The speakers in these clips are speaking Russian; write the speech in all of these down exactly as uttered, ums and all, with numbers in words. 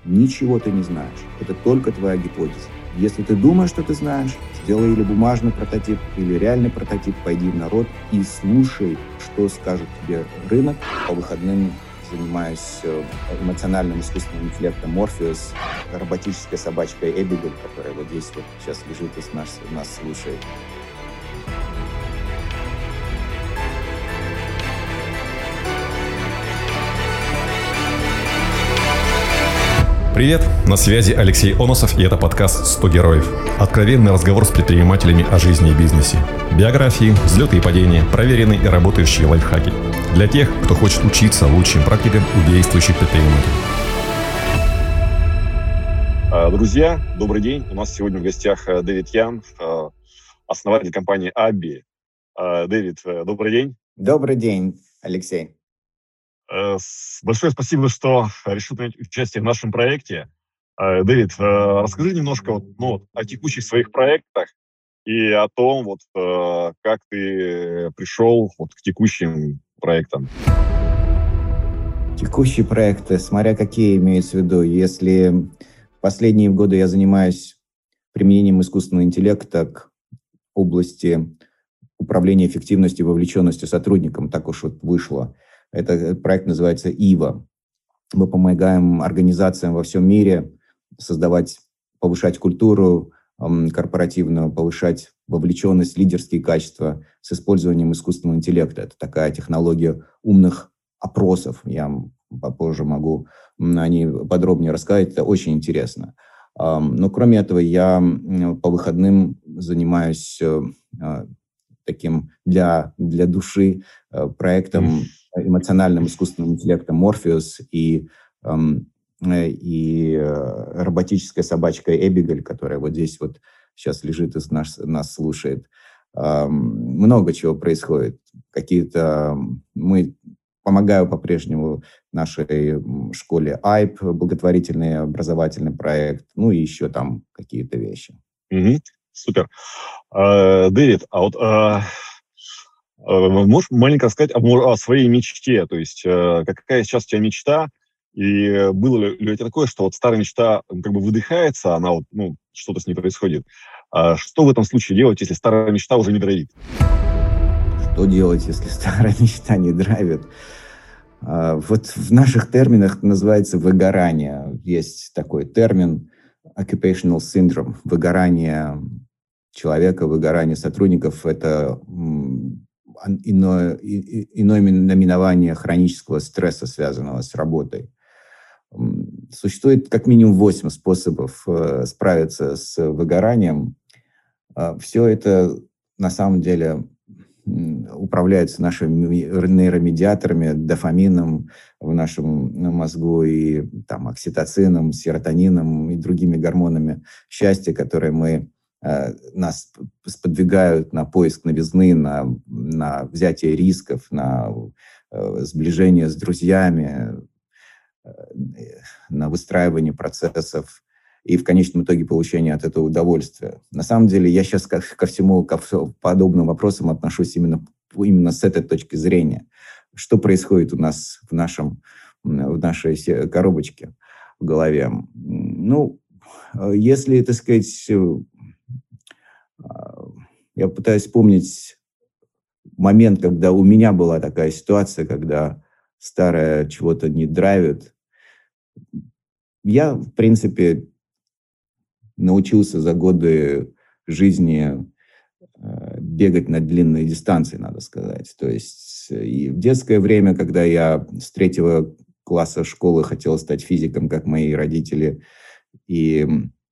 Ничего ты не знаешь. Это только твоя гипотеза. Если ты думаешь, что ты знаешь, сделай или бумажный прототип, или реальный прототип, пойди в народ и слушай, что скажет тебе рынок. По выходным занимаюсь эмоциональным искусственным интеллектом Morpheus, роботической собачкой Abigail, которая вот здесь вот сейчас лежит и нас, нас слушает. Привет, на связи Алексей Оносов, и это подкаст «сто героев». Откровенный разговор с предпринимателями о жизни и бизнесе. Биографии, взлеты и падения, проверенные и работающие лайфхаки. Для тех, кто хочет учиться лучшим практикам у действующих предпринимателей. Друзья, добрый день. У нас сегодня в гостях Дэвид Ян, основатель компании Abby. Дэвид, добрый день. Добрый день, Алексей. Большое спасибо, что решил принять участие в нашем проекте. Дэвид, расскажи немножко вот, ну, о текущих своих проектах и о том, вот, как ты пришел вот, к текущим проектам. Текущие проекты, смотря какие имеются в виду. Если последние годы я занимаюсь применением искусственного интеллекта к области управления эффективностью и вовлеченностью сотрудникам, так уж вот вышло. Этот проект называется ИВА. Мы помогаем организациям во всем мире создавать, повышать культуру эм, корпоративную, повышать вовлеченность, лидерские качества с использованием искусственного интеллекта. Это такая технология умных опросов. Я попозже могу о ней подробнее рассказать. Это очень интересно. Эм, но кроме этого, я по выходным занимаюсь э, таким для, для души э, проектом эмоциональным искусственным интеллектом Morpheus и, эм, и э, роботической собачкой Abigail, которая вот здесь вот сейчас лежит и нас, нас слушает. Эм, много чего происходит. Какие-то... Мы помогаю по-прежнему нашей школе ай пи, благотворительный образовательный проект, ну и еще там какие-то вещи. Угу. Супер. Uh, Дэвид, а вот... Uh... Можешь маленько рассказать о, о своей мечте, то есть э, какая сейчас у тебя мечта, и было ли, ли у тебя такое, что вот старая мечта как бы выдыхается, она вот, ну, что-то с ней происходит. А что в этом случае делать, если старая мечта уже не драйвит? Что делать, если старая мечта не драйвит? А, вот в наших терминах называется выгорание. Есть такой термин occupational syndrome, выгорание человека, выгорание сотрудников. Это Иное, иное наименование хронического стресса, связанного с работой. Существует как минимум восемь способов э, справиться с выгоранием. Э, все это на самом деле управляется нашими нейромедиаторами, дофамином в нашем мозгу и там, окситоцином, серотонином и другими гормонами счастья, которые мы нас сподвигают на поиск новизны, на, на взятие рисков, на э, сближение с друзьями, э, на выстраивание процессов и в конечном итоге получение от этого удовольствия. На самом деле я сейчас ко, ко всему, ко подобным вопросам отношусь именно, именно с этой точки зрения. Что происходит у нас в, нашем, в нашей коробочке в голове? Ну, если, так сказать... Я пытаюсь вспомнить момент, когда у меня была такая ситуация, когда старое чего-то не драйвит. Я, в принципе, научился за годы жизни бегать на длинные дистанции, надо сказать. То есть и в детское время, когда я с третьего класса школы хотел стать физиком, как мои родители, и...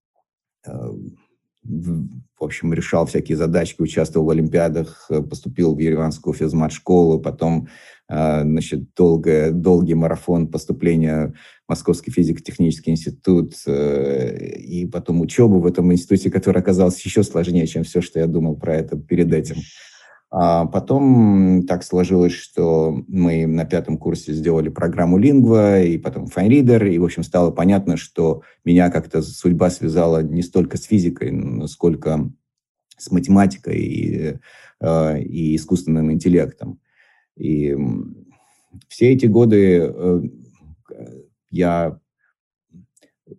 в общем, решал всякие задачки, участвовал в олимпиадах, поступил в Ереванскую физмат-школу, потом, значит, долгое, долгий марафон поступления в Московский физико-технический институт, и потом учебу в этом институте, которая оказалась еще сложнее, чем все, что я думал про это перед этим. А потом так сложилось, что мы на пятом курсе сделали программу Lingua, и потом FineReader, и, в общем, стало понятно, что меня как-то судьба связала не столько с физикой, сколько с математикой и, э, и искусственным интеллектом. И все эти годы э, я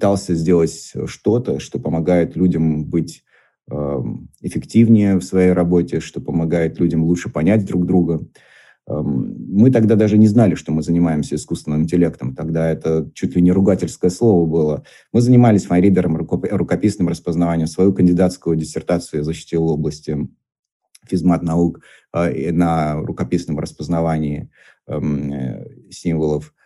пытался сделать что-то, что помогает людям быть эффективнее в своей работе, что помогает людям лучше понять друг друга. Мы тогда даже не знали, что мы занимаемся искусственным интеллектом. Тогда это чуть ли не ругательское слово было. Мы занимались файнридером, рукописным распознаванием. Свою кандидатскую диссертацию я защитил в области физмат-наук на рукописном распознавании символов.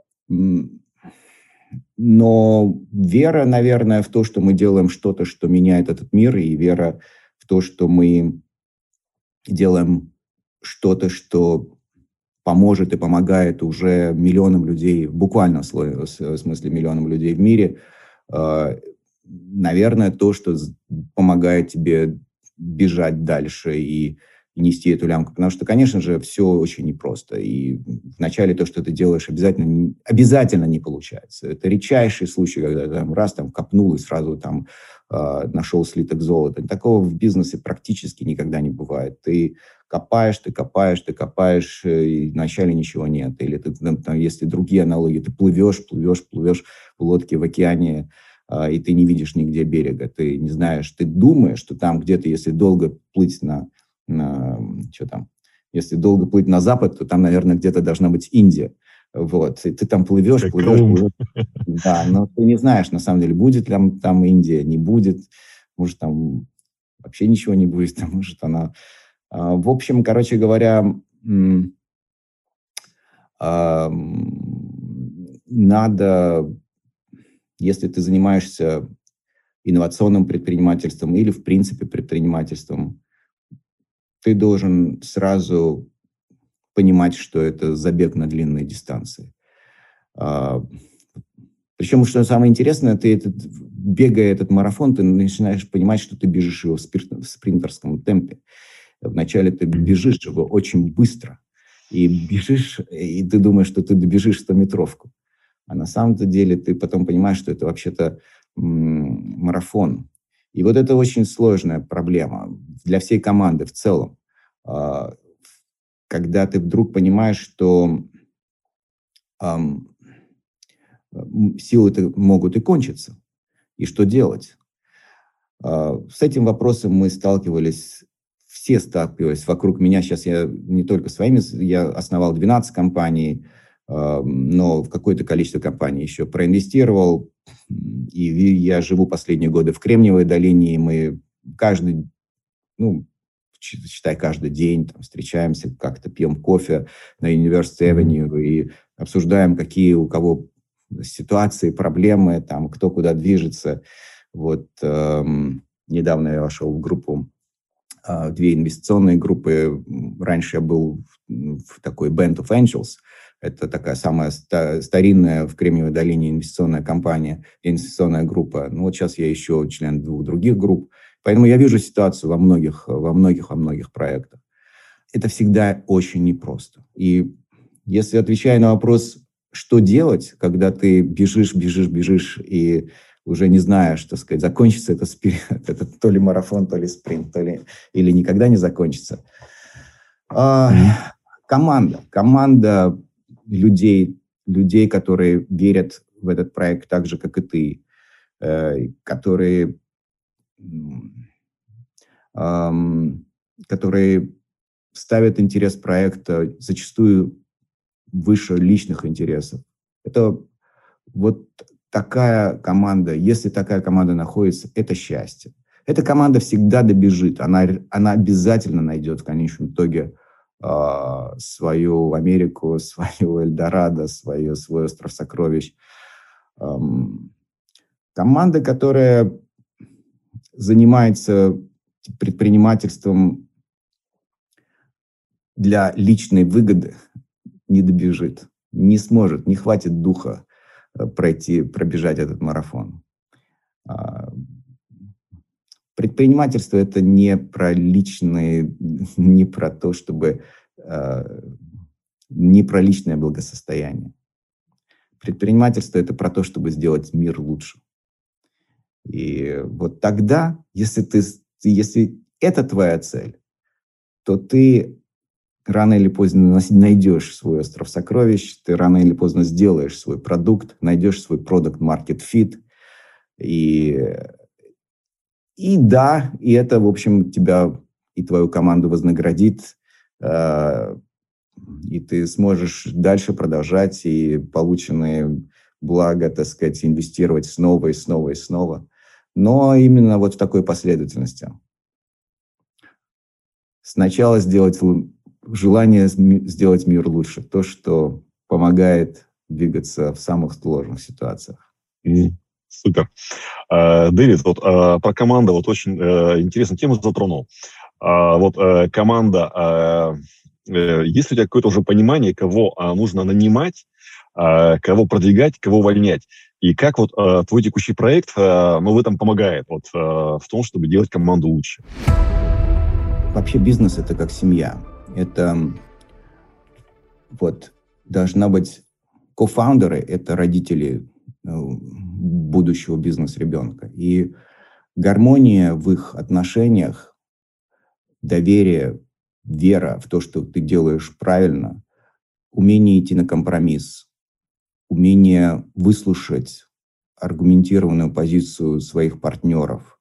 Но вера, наверное, в то, что мы делаем что-то, что меняет этот мир, и вера в то, что мы делаем что-то, что поможет и помогает уже миллионам людей, в буквальном смысле миллионам людей в мире, наверное, то, что помогает тебе бежать дальше и и нести эту лямку. Потому что, конечно же, все очень непросто. И вначале то, что ты делаешь, обязательно, обязательно не получается. Это редчайший случай, когда ты там, раз там копнул и сразу там э, нашел слиток золота. Такого в бизнесе практически никогда не бывает. Ты копаешь, ты копаешь, ты копаешь, и вначале ничего нет. Или ты, там, если другие аналогии, ты плывешь, плывешь, плывешь в лодке в океане, э, и ты не видишь нигде берега. Ты не знаешь, ты думаешь, что там где-то, если долго плыть на На, что там, если долго плыть на запад, то там, наверное, где-то должна быть Индия. Вот. И ты там плывешь, как плывешь, плывешь. Да, но ты не знаешь, на самом деле, будет ли там, там Индия, не будет. Может, там вообще ничего не будет. А может, она... В общем, короче говоря, надо, если ты занимаешься инновационным предпринимательством или, в принципе, предпринимательством, ты должен сразу понимать, что это забег на длинные дистанции. А, причем, что самое интересное, ты этот, бегая этот марафон, ты начинаешь понимать, что ты бежишь его в, спирт, в спринтерском темпе. Вначале ты бежишь его очень быстро. И бежишь, и ты думаешь, что ты добежишь стометровку. А на самом-то деле ты потом понимаешь, что это вообще-то м- марафон. И вот это очень сложная проблема для всей команды в целом. Когда ты вдруг понимаешь, что силы-то могут и кончиться. И что делать? С этим вопросом мы сталкивались, все сталкивались вокруг меня. Сейчас я не только своими, я основал двенадцать компаний, но в какое-то количество компаний еще проинвестировал. И я живу последние годы в Кремниевой долине, и мы каждый, ну, считай, каждый день там, встречаемся, как-то пьем кофе на University Avenue и обсуждаем, какие у кого ситуации, проблемы, там, кто куда движется. Вот эм, недавно я вошел в группу, э, две инвестиционные группы. Раньше я был в, в такой Band of Angels. Это такая самая ста- старинная в Кремниевой долине инвестиционная компания, инвестиционная группа. Ну вот сейчас я еще член двух других групп. Поэтому я вижу ситуацию во многих, во многих, во многих проектах. Это всегда очень непросто. И если, отвечая на вопрос, что делать, когда ты бежишь, бежишь, бежишь, и уже не знаешь, так сказать, закончится это, это то ли марафон, то ли спринт, то ли или никогда не закончится. А, команда. Команда людей, людей, которые верят в этот проект так же, как и ты, э, которые, э, которые ставят интерес проекта зачастую выше личных интересов. Это вот такая команда, если такая команда находится, это счастье. Эта команда всегда добежит, она, она обязательно найдет в конечном итоге э, свою Америку, свою Эльдорадо, свою, свой остров сокровищ. Эм, команда, которая занимается предпринимательством для личной выгоды, не добежит, не сможет, не хватит духа пройти, пробежать этот марафон. Предпринимательство – это не про личные, не про то, чтобы, не про личное благосостояние. Предпринимательство – это про то, чтобы сделать мир лучше. И вот тогда, если ты, если это твоя цель, то ты рано или поздно найдешь свой остров сокровищ, ты рано или поздно сделаешь свой продукт, найдешь свой product market fit, И, и да, и это, в общем, тебя и твою команду вознаградит, э, и ты сможешь дальше продолжать и полученные блага, так сказать, инвестировать снова и снова и снова. Но именно вот в такой последовательности. Сначала сделать желание сделать мир лучше. То, что помогает двигаться в самых сложных ситуациях. Mm, супер. Uh, Дэвид, вот uh, про команду вот очень uh, интересную тему затронул. Uh, вот uh, команда, uh, uh, есть ли у тебя какое-то уже понимание, кого uh, нужно нанимать, uh, кого продвигать, кого увольнять? И как вот uh, твой текущий проект uh, ну, в этом помогает, вот, uh, в том, чтобы делать команду лучше? Вообще бизнес – это как семья. Это вот должна быть кофаундеры – это родители будущего бизнес-ребенка. И гармония в их отношениях, доверие, вера в то, что ты делаешь правильно, умение идти на компромисс, умение выслушать аргументированную позицию своих партнеров,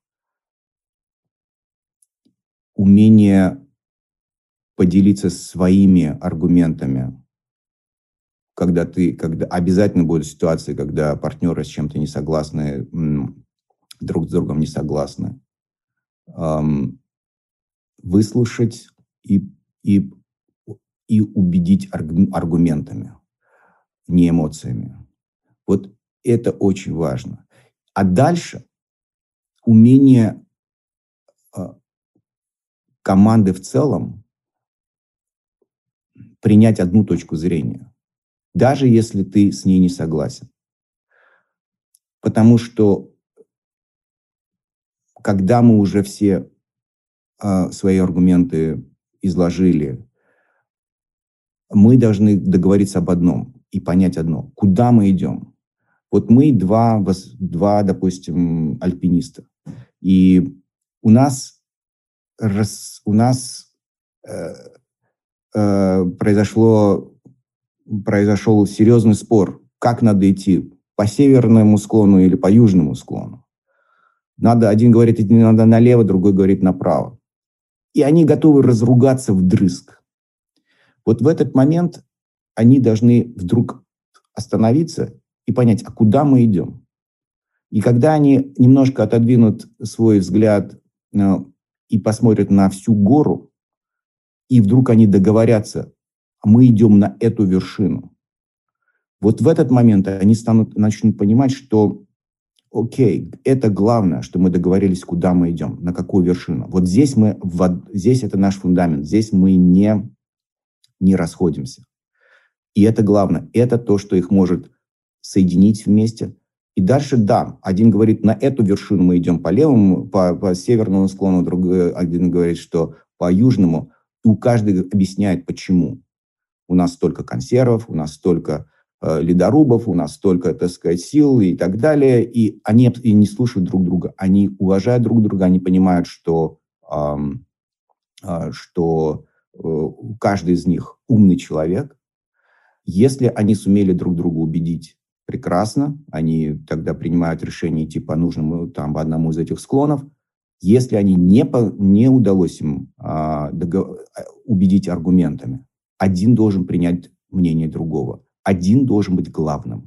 умение поделиться своими аргументами, когда ты, когда обязательно будут ситуации, когда партнеры с чем-то не согласны, друг с другом не согласны, эм, выслушать и, и, и убедить аргументами, не эмоциями. Вот это очень важно. А дальше умение э, команды в целом принять одну точку зрения, даже если ты с ней не согласен. Потому что когда мы уже все э, свои аргументы изложили, мы должны договориться об одном и понять одно. Куда мы идем? Вот мы два, два допустим, альпиниста. И у нас, у нас э, э, произошло произошел серьезный спор, как надо идти, по северному склону или по южному склону. Надо, один говорит, идти надо налево, другой говорит направо. И они готовы разругаться вдрызг. Вот в этот момент они должны вдруг остановиться и понять, а куда мы идем. И когда они немножко отодвинут свой взгляд э, и посмотрят на всю гору, и вдруг они договорятся, мы идем на эту вершину. Вот в этот момент они станут, начнут понимать, что окей, это главное, что мы договорились, куда мы идем, на какую вершину. Вот здесь, мы, вот, здесь это наш фундамент, здесь мы не, не расходимся. И это главное, это то, что их может соединить вместе. И дальше, да, один говорит, на эту вершину мы идем по левому, по, по северному склону, другой один говорит, что по южному. И у каждого объясняет, почему. У нас столько консервов, у нас столько э, ледорубов, у нас столько, так сказать, сил и так далее. И они и не слушают друг друга. Они уважают друг друга, они понимают, что, э, э, что э, каждый из них умный человек. Если они сумели друг друга убедить, прекрасно. Они тогда принимают решение идти по нужному, там, по одному из этих склонов. Если они не, по, не удалось им э, догов... убедить аргументами, один должен принять мнение другого. Один должен быть главным.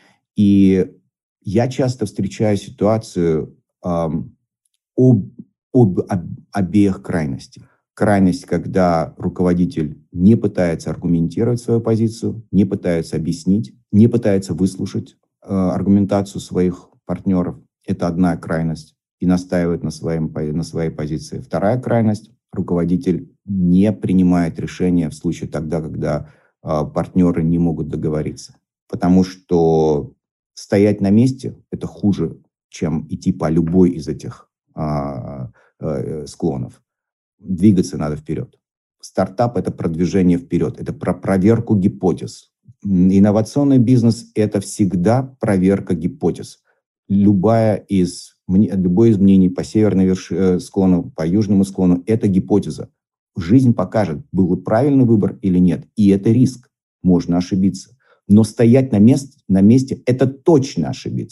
И я часто встречаю ситуацию э, об, об, об обеих крайностей. Крайность, когда руководитель не пытается аргументировать свою позицию, не пытается объяснить, не пытается выслушать э, аргументацию своих партнеров. Это одна крайность. И настаивает на, своем, на своей позиции. Вторая крайность. Руководитель не принимает решения в случае тогда, когда э, партнеры не могут договориться. Потому что стоять на месте – это хуже, чем идти по любой из этих э, э, склонов. Двигаться надо вперед. Стартап – это продвижение вперед, это про проверку гипотез. Инновационный бизнес – это всегда проверка гипотез. Любая из, любое из мнений по северному верш... склону, по южному склону – это гипотеза. Жизнь покажет, был правильный выбор или нет. И это риск. Можно ошибиться. Но стоять на, мест, на месте – это точно ошибиться.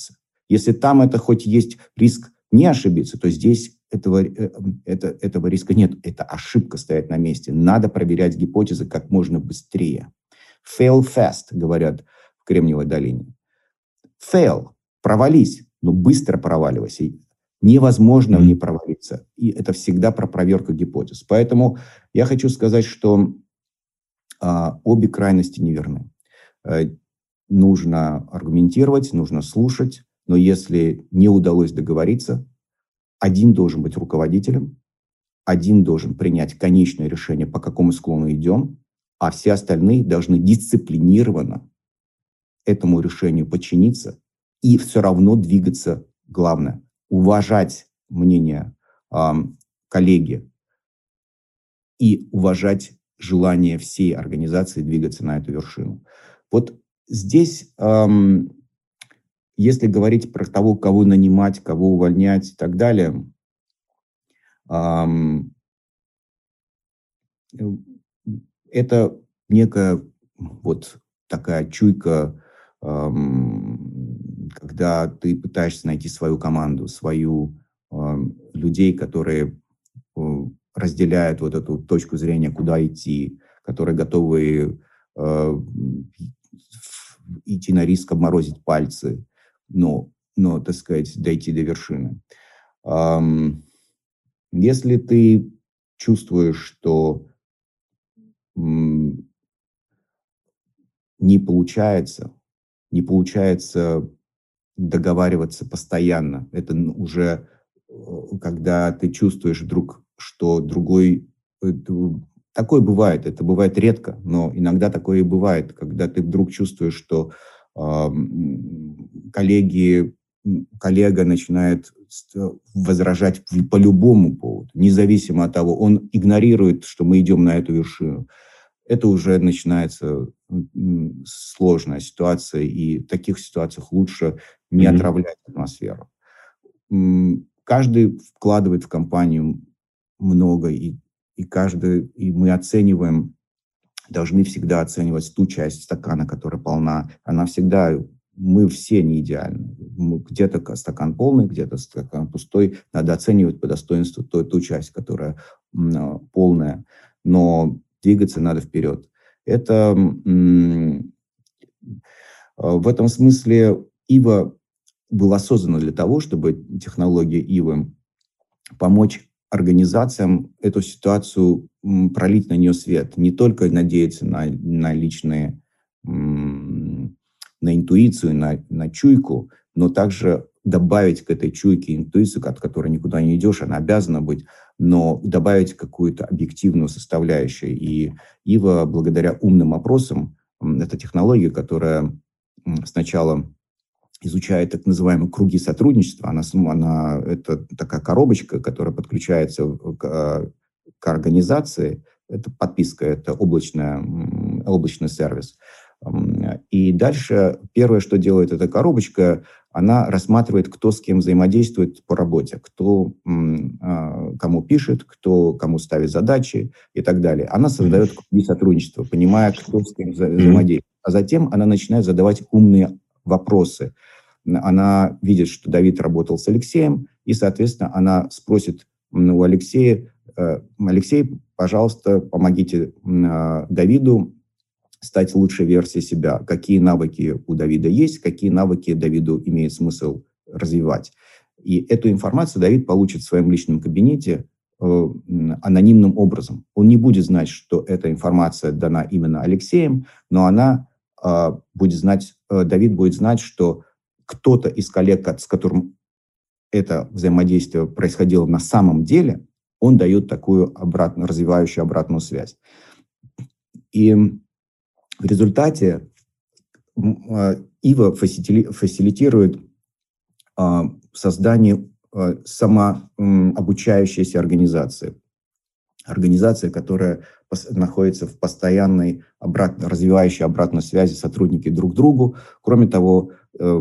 Если там это хоть есть риск не ошибиться, то здесь этого, это, этого риска нет. Это ошибка стоять на месте. Надо проверять гипотезы как можно быстрее. Fail fast, говорят в Кремниевой долине. Fail, провались, но быстро проваливайся. Невозможно mm-hmm. не провалиться. И это всегда про проверку гипотез. Поэтому я хочу сказать, что а, обе крайности неверны. А, нужно аргументировать, нужно слушать, но если не удалось договориться, один должен быть руководителем, один должен принять конечное решение, по какому склону идем, а все остальные должны дисциплинированно этому решению подчиниться и все равно двигаться. Главное, уважать мнение э, коллеги и уважать желание всей организации двигаться на эту вершину. Вот здесь, эм, если говорить про того, кого нанимать, кого увольнять и так далее, эм, это некая вот такая чуйка, эм, когда ты пытаешься найти свою команду, свою э, людей, которые э, разделяют вот эту точку зрения, куда идти, которые готовы э, идти на риск обморозить пальцы, но, но, так сказать, дойти до вершины. Эм, если ты чувствуешь, что м, не получается, не получается договариваться постоянно, это уже когда ты чувствуешь вдруг, что другой... Такое бывает, это бывает редко, но иногда такое и бывает, когда ты вдруг чувствуешь, что э, коллеги, коллега начинает возражать по любому поводу, независимо от того, он игнорирует, что мы идем на эту вершину. Это уже начинается сложная ситуация, и в таких ситуациях лучше не mm-hmm. отравлять атмосферу. Каждый вкладывает в компанию много, и, и каждый, и мы оцениваем, должны всегда оценивать ту часть стакана, которая полна. Она всегда, мы все не идеальны. Где-то стакан полный, где-то стакан пустой. Надо оценивать по достоинству ту, ту часть, которая м, полная. Но двигаться надо вперед. Это м, в этом смысле Ива была создана для того, чтобы технология Ивы помочь организациям эту ситуацию м, пролить на нее свет. Не только надеяться на, на личные, м, на интуицию, на, на чуйку, но также добавить к этой чуйке интуицию, от которой никуда не идешь, она обязана быть, но добавить какую-то объективную составляющую. И Ива, благодаря умным опросам, это технология, которая сначала изучает так называемые круги сотрудничества. Она, она, это такая коробочка, которая подключается к, к организации. Это подписка, это облачная, облачный сервис. И дальше первое, что делает эта коробочка, она рассматривает, кто с кем взаимодействует по работе, кто кому пишет, кто кому ставит задачи и так далее. Она создает круги сотрудничества, понимая, кто с кем взаимодействует. А затем она начинает задавать умные вопросы. Она видит, что Давид работал с Алексеем, и, соответственно, она спросит у Алексея: Алексей, пожалуйста, помогите Давиду стать лучшей версией себя. Какие навыки у Давида есть, какие навыки Давиду имеет смысл развивать. И эту информацию Давид получит в своем личном кабинете э, анонимным образом. Он не будет знать, что эта информация дана именно Алексеем, но она э, будет знать, э, Давид будет знать, что кто-то из коллег, с которым это взаимодействие происходило на самом деле, он дает такую обратно, развивающую обратную связь. И в результате Ива фасилитирует создание самообучающейся организации. Организация, которая находится в постоянной обратно, развивающей обратной связи сотрудники друг к другу. Кроме того,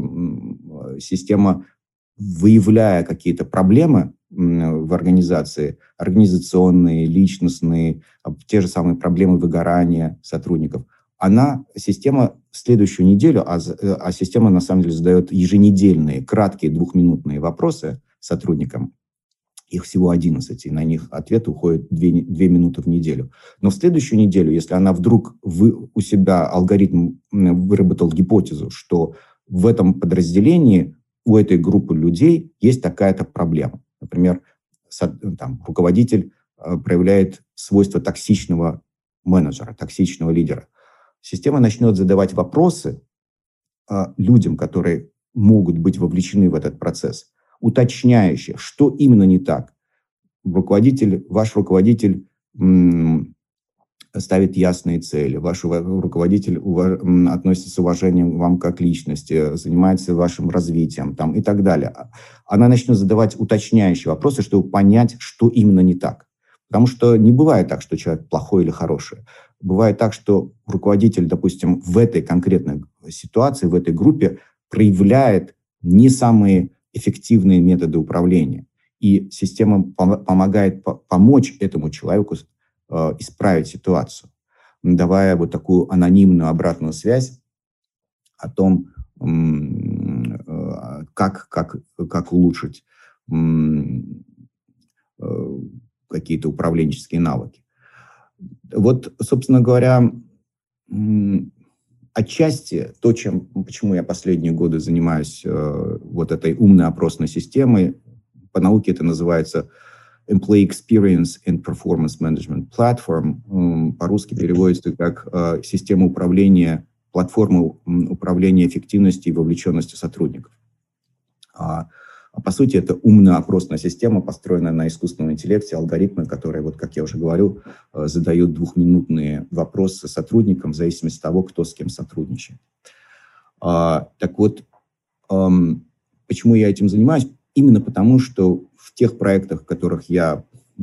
система, выявляя какие-то проблемы в организации, организационные, личностные, те же самые проблемы выгорания сотрудников, она, система в следующую неделю, а, а система на самом деле задает еженедельные, краткие двухминутные вопросы сотрудникам, их всего одиннадцать, и на них ответ уходит две минуты в неделю. Но в следующую неделю, если она вдруг вы, у себя алгоритм выработал гипотезу, что в этом подразделении у этой группы людей есть такая-то проблема. Например, там, руководитель проявляет свойства токсичного менеджера, токсичного лидера. Система начнет задавать вопросы а, людям, которые могут быть вовлечены в этот процесс, уточняющие, что именно не так. Руководитель, ваш руководитель м, ставит ясные цели, ваш руководитель уваж, м, относится с уважением к вам как личности, занимается вашим развитием там, и так далее. Она начнет задавать уточняющие вопросы, чтобы понять, что именно не так. Потому что не бывает так, что человек плохой или хороший. Бывает так, что руководитель, допустим, в этой конкретной ситуации, в этой группе проявляет не самые эффективные методы управления. И система пом- помогает по- помочь этому человеку э, исправить ситуацию, давая вот такую анонимную обратную связь о том, м- э, как, как, как улучшить м- э, какие-то управленческие навыки. Вот, собственно говоря, отчасти то, чем, почему я последние годы занимаюсь э, вот этой умной опросной системой, по науке это называется Employee Experience and Performance Management Platform, э, по-русски переводится как э, система управления, платформа управления эффективностью и вовлеченностью сотрудников. А, а по сути это умная опросная система, построенная на искусственном интеллекте, алгоритмы, которые, вот как я уже говорил, задают двухминутные вопросы сотрудникам в зависимости от того, кто с кем сотрудничает. А, так вот, эм, почему я этим занимаюсь? Именно потому, что в тех проектах, в которых я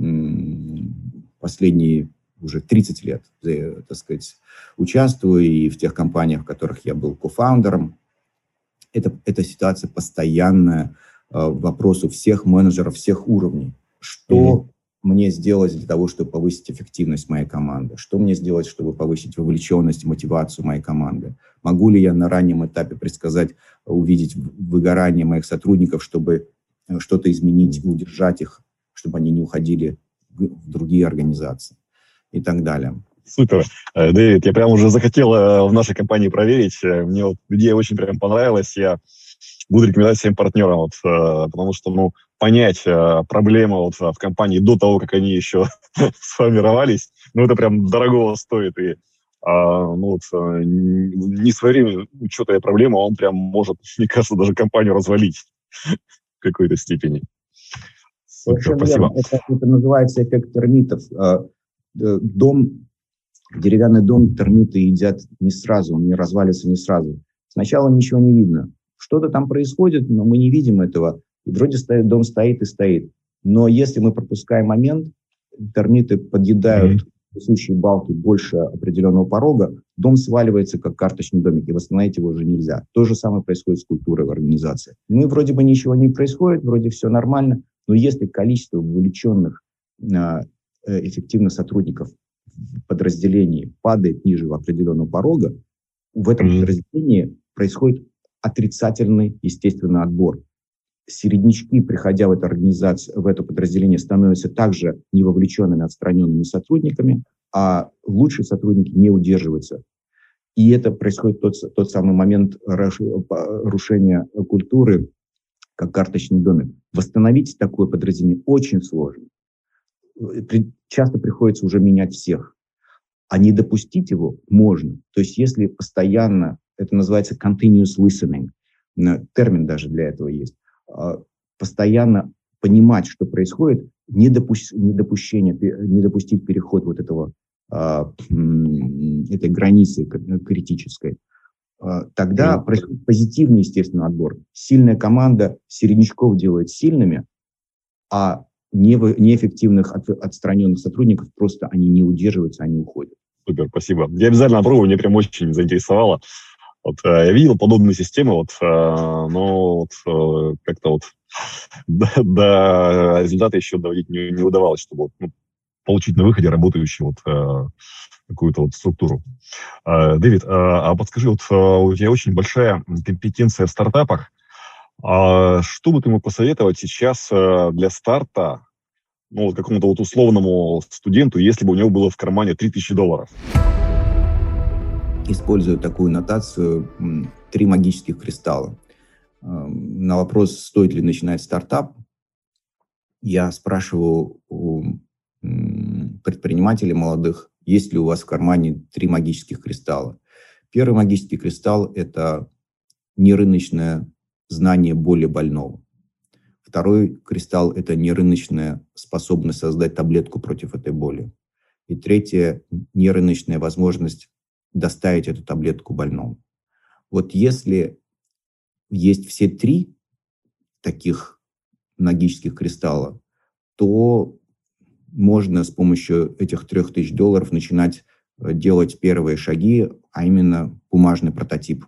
м, последние уже тридцать лет, так сказать, участвую, и в тех компаниях, в которых я был кофаундером, это, эта ситуация постоянная, вопрос у всех менеджеров всех уровней. Что mm-hmm. мне сделать для того, чтобы повысить эффективность моей команды? Что мне сделать, чтобы повысить вовлеченность, мотивацию моей команды? Могу ли я на раннем этапе предсказать, увидеть выгорание моих сотрудников, чтобы что-то изменить, удержать их, чтобы они не уходили в другие организации и так далее? Супер. Дэвид, я прям уже захотел в нашей компании проверить. Мне вот идея очень прям понравилась. Я буду рекомендовать всем партнерам, вот, потому что, ну, понять проблемы вот в компании до того, как они еще сформировались, ну, это прям дорогого стоит. И, ну, вот, не своевременный учет этой проблемы, он прям может, мне кажется, даже компанию развалить в какой-то степени. Супер, спасибо. Это, это называется эффект термитов. Дом, деревянный дом термиты едят не сразу, он не развалится не сразу. Сначала ничего не видно. Что-то там происходит, но мы не видим этого. И вроде стоит, дом стоит и стоит. Но если мы пропускаем момент, термиты подъедают mm-hmm. несущие балки больше определенного порога, дом сваливается, как карточный домик, и восстановить его уже нельзя. То же самое происходит с культурой в организации. Мы вроде бы ничего не происходит, вроде все нормально, но если количество вовлеченных эффективных сотрудников в подразделении падает ниже определенного порога, в этом mm-hmm. подразделении происходит отрицательный, естественно, отбор. Середнячки, приходя в эту организацию, в это подразделение, становятся также невовлеченными, отстраненными сотрудниками, а лучшие сотрудники не удерживаются. И это происходит тот, тот самый момент рушения культуры, как карточный домик. Восстановить такое подразделение очень сложно. Часто приходится уже менять всех. А не допустить его можно. То есть если постоянно, это называется continuous listening, термин даже для этого есть, постоянно понимать, что происходит, не, допу- недопущение, не допустить переход вот этого, этой границы критической, тогда mm-hmm. происходит позитивный, естественно, отбор. Сильная команда середнячков делает сильными, а неэффективных, отстраненных сотрудников просто они не удерживаются, они уходят. Супер, спасибо. Я обязательно опробую, мне прям очень заинтересовало. Вот, я видел подобные системы, вот, но вот, как-то вот до, до результата еще доводить не, не удавалось, чтобы ну, получить на выходе работающий вот, какую-то вот структуру. Дэвид, а подскажи, вот у тебя очень большая компетенция в стартапах. Что бы ты мог посоветовать сейчас для старта, ну, вот какому-то вот условному студенту, если бы у него было в кармане три тысячи долларов? Использую такую нотацию «три магических кристалла». На вопрос, стоит ли начинать стартап, я спрашиваю у предпринимателей молодых, есть ли у вас в кармане три магических кристалла. Первый магический кристалл – это нерыночное знание боли больного. Второй кристалл – это нерыночная способность создать таблетку против этой боли. И третье – нерыночная возможность доставить эту таблетку больному. Вот если есть все три таких магических кристалла, то можно с помощью этих трех тысяч долларов начинать делать первые шаги, а именно бумажный прототип.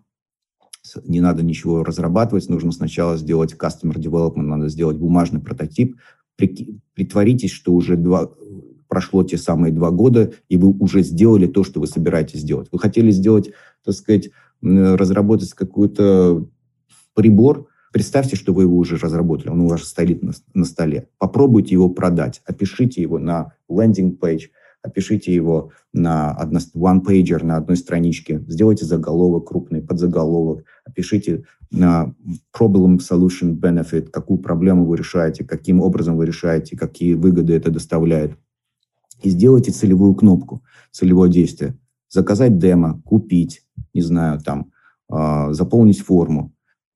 Не надо ничего разрабатывать, нужно сначала сделать customer development, надо сделать бумажный прототип. Притворитесь, что уже два, прошло те самые два года, и вы уже сделали то, что вы собираетесь сделать. Вы хотели сделать, так сказать, разработать какой-то прибор. Представьте, что вы его уже разработали, он у вас стоит на, на столе. Попробуйте его продать, опишите его на landing page, опишите его на one-pager, на одной страничке, сделайте заголовок крупный, подзаголовок, опишите на problem, solution, benefit, какую проблему вы решаете, каким образом вы решаете, какие выгоды это доставляет. И сделайте целевую кнопку, целевое действие. Заказать демо, купить, не знаю, там, э, заполнить форму.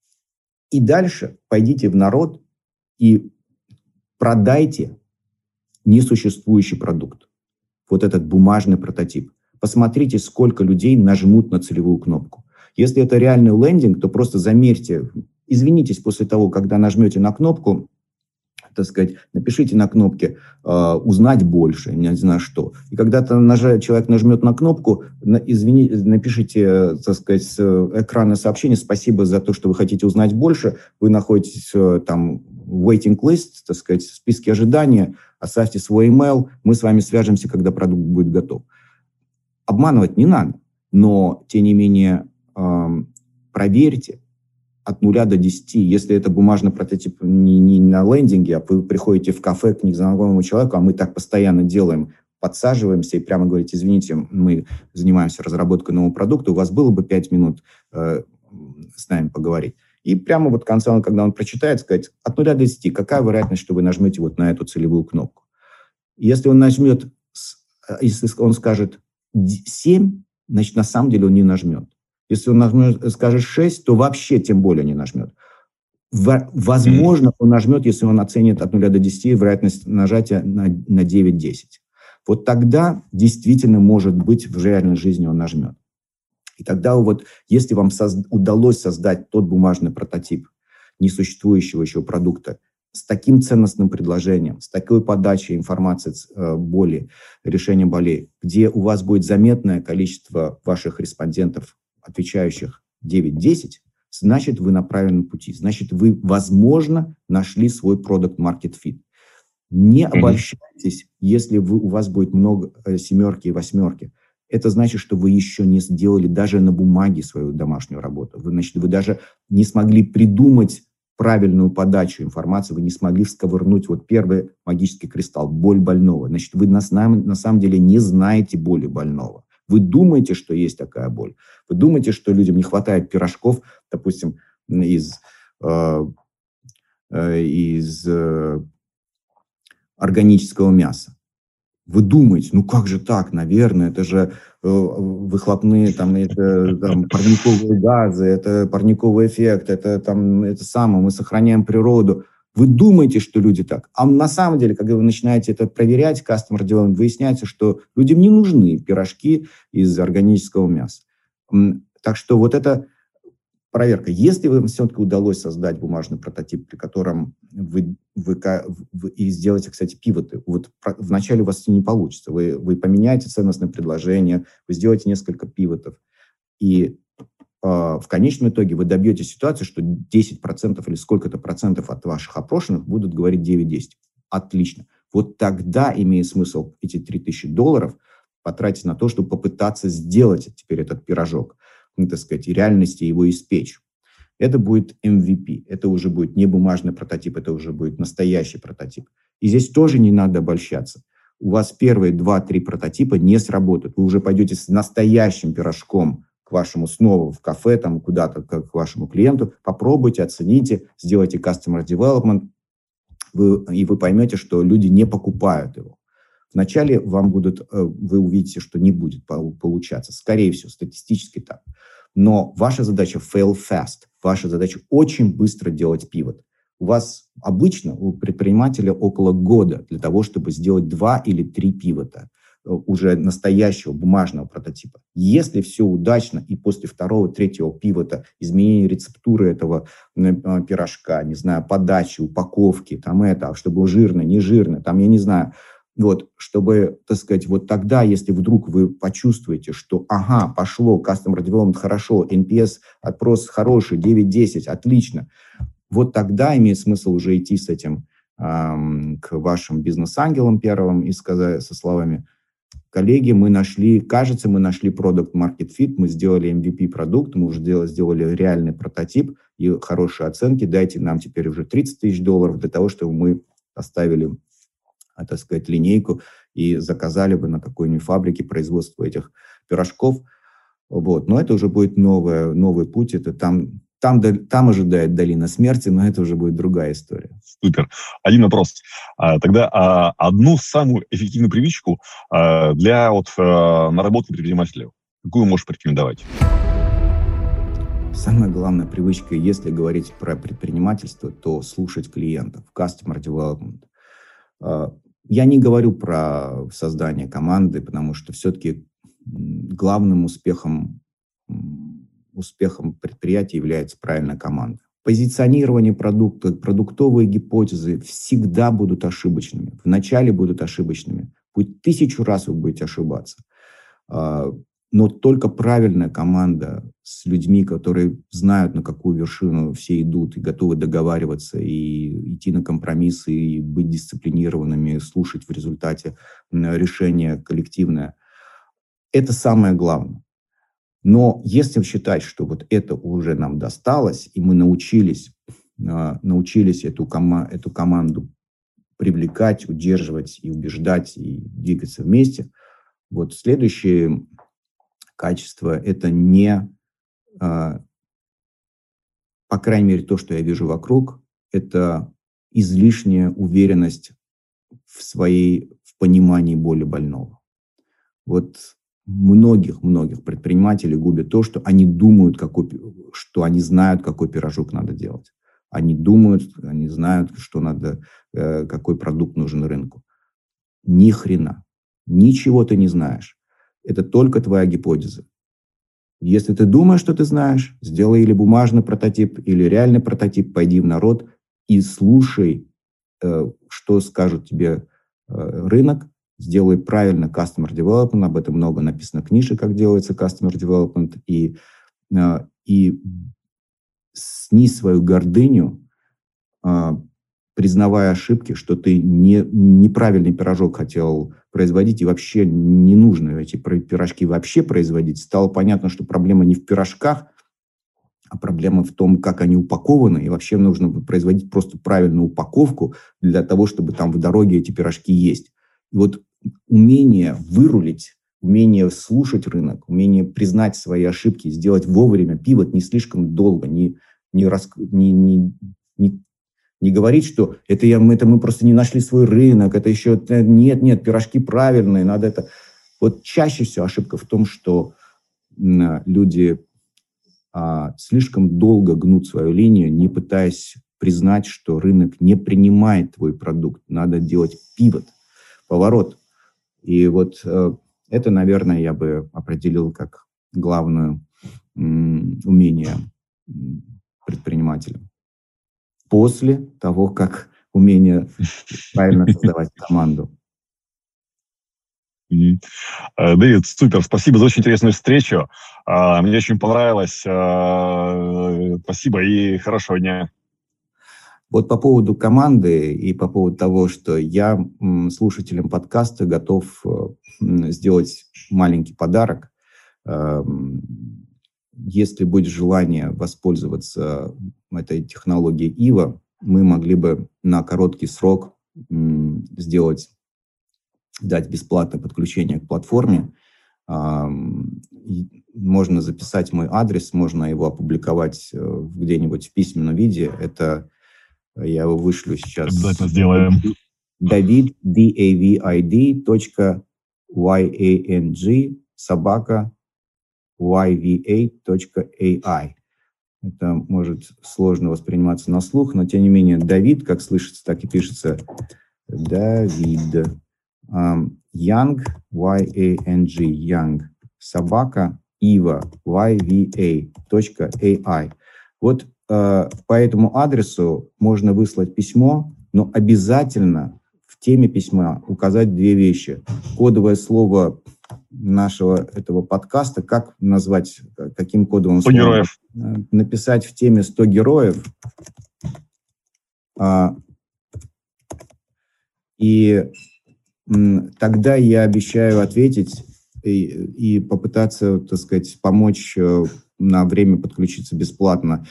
И дальше пойдите в народ и продайте несуществующий продукт. Вот этот бумажный прототип. Посмотрите, сколько людей нажмут на целевую кнопку. Если это реальный лендинг, то просто замерьте, извинитесь после того, когда нажмете на кнопку, так сказать, напишите на кнопке э, «Узнать больше», не знаю что. И когда-то нажать, человек нажмет на кнопку, на, извини, напишите, так сказать, с экрана сообщение «Спасибо за то, что вы хотите узнать больше». Вы находитесь э, там в waiting list, так сказать, в списке ожидания, оставьте свой email, мы с вами свяжемся, когда продукт будет готов. Обманывать не надо, но, тем не менее, э, проверьте от нуля до десяти. Если это бумажный прототип не, не на лендинге, а вы приходите в кафе к незнакомому человеку, а мы так постоянно делаем, подсаживаемся и прямо говорите: извините, мы занимаемся разработкой нового продукта, у вас было бы пять минут э, с нами поговорить. И прямо вот в конце, когда он прочитает, сказать: от нуля до десяти, какая вероятность, что вы нажмете вот на эту целевую кнопку? Если он нажмет, если он скажет семь, значит, на самом деле он не нажмет. Если он нажмет, скажет шесть, то вообще тем более не нажмет. Возможно, он нажмет, если он оценит от нуля до десяти вероятность нажатия на, на девять-десять. Вот тогда действительно, может быть, в реальной жизни он нажмет. И тогда вот, если вам соз- удалось создать тот бумажный прототип несуществующего еще продукта с таким ценностным предложением, с такой подачей информации, э, боли, решения болей, где у вас будет заметное количество ваших респондентов, отвечающих девять-десять, значит, вы на правильном пути. Значит, вы, возможно, нашли свой product market fit. Не обольщайтесь, если вы, у вас будет много э, семерки и восьмерки. Это значит, что вы еще не сделали даже на бумаге свою домашнюю работу. Вы, значит, вы даже не смогли придумать правильную подачу информации, вы не смогли всковырнуть вот первый магический кристалл, боль больного. Значит, вы на, на самом деле не знаете боли больного. Вы думаете, что есть такая боль. Вы думаете, что людям не хватает пирожков, допустим, из, э, э, из э, органического мяса. Вы думаете, ну как же так, наверное, это же э, выхлопные, там, это, там, парниковые газы, это парниковый эффект, это, там, это самое, мы сохраняем природу. Вы думаете, что люди так. А на самом деле, когда вы начинаете это проверять, customer development, выясняется, что людям не нужны пирожки из органического мяса. Так что вот это проверка. Если вам все-таки удалось создать бумажный прототип, при котором вы, вы, вы и сделаете, кстати, пивоты, вот вначале у вас не получится. Вы, вы поменяете ценностное предложение, вы сделаете несколько пивотов, и в конечном итоге вы добьетесь ситуации, что десять процентов или сколько-то процентов от ваших опрошенных будут говорить девять-десять. Отлично. Вот тогда имеет смысл эти три тысячи долларов потратить на то, чтобы попытаться сделать теперь этот пирожок, ну, так сказать, и реальности его испечь. Это будет эм ви пи, это уже будет не бумажный прототип, это уже будет настоящий прототип. И здесь тоже не надо обольщаться. У вас первые два-три прототипа не сработают. Вы уже пойдете с настоящим пирожком к вашему снова в кафе, там куда-то к вашему клиенту, попробуйте, оцените, сделайте customer development, вы, и вы поймете, что люди не покупают его. Вначале вам будут, вы увидите, что не будет получаться. Скорее всего, статистически так. Но ваша задача fail fast. Ваша задача очень быстро делать пивот. У вас обычно, у предпринимателя около года для того, чтобы сделать два или три пивота уже настоящего бумажного прототипа. Если все удачно, и после второго, третьего пивота изменение рецептуры этого пирожка, не знаю, подачи, упаковки, там это, чтобы жирно, не жирно, там, я не знаю, вот, чтобы, так сказать, вот тогда, если вдруг вы почувствуете, что, ага, пошло, Customer Development хорошо, эн пи эс опрос хороший, девять-десять, отлично, вот тогда имеет смысл уже идти с этим эм, к вашим бизнес-ангелам первым и сказать со словами: коллеги, мы нашли, кажется, мы нашли Product Market Fit, мы сделали эм ви пи-продукт, мы уже сделали, сделали реальный прототип и хорошие оценки, дайте нам теперь уже тридцать тысяч долларов для того, чтобы мы поставили, так сказать, линейку и заказали бы на какой-нибудь фабрике производство этих пирожков. Вот. Но это уже будет новое, новый путь, это там... Там, там ожидает долина смерти, но это уже будет другая история. Супер. Один вопрос. А, тогда а, одну самую эффективную привычку а, для вот, а, наработки предпринимателя, какую можешь порекомендовать? Самая главная привычка, если говорить про предпринимательство, то слушать клиентов, customer development. А, я не говорю про создание команды, потому что все-таки главным успехом успехом предприятия является правильная команда. Позиционирование продукта, продуктовые гипотезы всегда будут ошибочными. Вначале будут ошибочными. Пусть тысячу раз вы будете ошибаться. Но только правильная команда с людьми, которые знают, на какую вершину все идут, и готовы договариваться, и идти на компромиссы, и быть дисциплинированными, слушать в результате решение коллективное. Это самое главное. Но если считать, что вот это уже нам досталось, и мы научились, научились эту, кома- эту команду привлекать, удерживать и убеждать, и двигаться вместе, вот следующее качество – это не, по крайней мере, то, что я вижу вокруг, это излишняя уверенность в своей, в понимании боли больного. Вот многих-многих предпринимателей губит то, что они думают, какой, что они знают, какой пирожок надо делать. Они думают, они знают, что надо, какой продукт нужен рынку. Ни хрена. Ничего ты не знаешь. Это только твоя гипотеза. Если ты думаешь, что ты знаешь, сделай или бумажный прототип, или реальный прототип, пойди в народ и слушай, что скажет тебе рынок. Сделай правильно customer development, об этом много написано книжек, как делается customer development, и, и снизь свою гордыню, признавая ошибки, что ты не, неправильный пирожок хотел производить, и вообще не нужно эти пирожки вообще производить. Стало понятно, что проблема не в пирожках, а проблема в том, как они упакованы, и вообще нужно производить просто правильную упаковку для того, чтобы там в дороге эти пирожки есть. И вот умение вырулить, умение слушать рынок, умение признать свои ошибки, сделать вовремя пивот не слишком долго, не, не, рас, не, не, не, не говорить, что это, я, это мы просто не нашли свой рынок, это еще нет, нет, пирожки правильные, надо это. Вот чаще всего ошибка в том, что люди а, слишком долго гнут свою линию, не пытаясь признать, что рынок не принимает твой продукт, надо делать пивот, поворот. И вот э, это, наверное, я бы определил как главное м, умение предпринимателя. После того, как умение правильно создавать команду. Дэвид, супер, спасибо за очень интересную встречу. Мне очень понравилось. Спасибо и хорошего дня. Вот по поводу команды и по поводу того, что я слушателям подкаста готов сделать маленький подарок. Если будет желание воспользоваться этой технологией Ива, мы могли бы на короткий срок сделать, дать бесплатное подключение к платформе. Можно записать мой адрес, можно его опубликовать где-нибудь в письменном виде. Это я его вышлю сейчас. Обязательно сделаем. David, ди эй ви ай ди точка yang собака уай ви эй точка эй ай. Это может сложно восприниматься на слух, но тем не менее Давид, как слышится, так и пишется Давид. Young, уай эй эн джи, Young, собака, Ива, уай ви эй точка эй ай. Вот э, по этому адресу можно выслать письмо, но обязательно в теме письма указать две вещи. Кодовое слово нашего этого подкаста, как назвать, каким кодовым словом? сто героев. Написать в теме сто героев. А, и тогда я обещаю ответить и, и попытаться, так сказать, помочь на время подключиться бесплатно.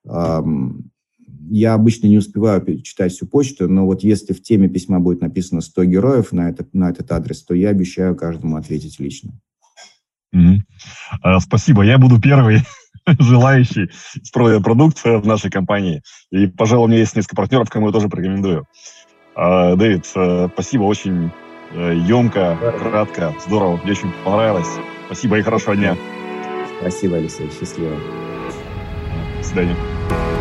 Я обычно не успеваю читать всю почту, но вот если в теме письма будет написано сто героев на этот, на этот адрес, то я обещаю каждому ответить лично. Mm-hmm. Uh, спасибо. Я буду первый желающий испробовать продукт в нашей компании. И, пожалуй, у меня есть несколько партнеров, кому я тоже порекомендую. Uh, Дэвид, uh, спасибо, очень uh, емко, кратко, здорово. Мне очень понравилось. Спасибо и хорошего дня. Спасибо, Алексей. Счастливо. До свидания.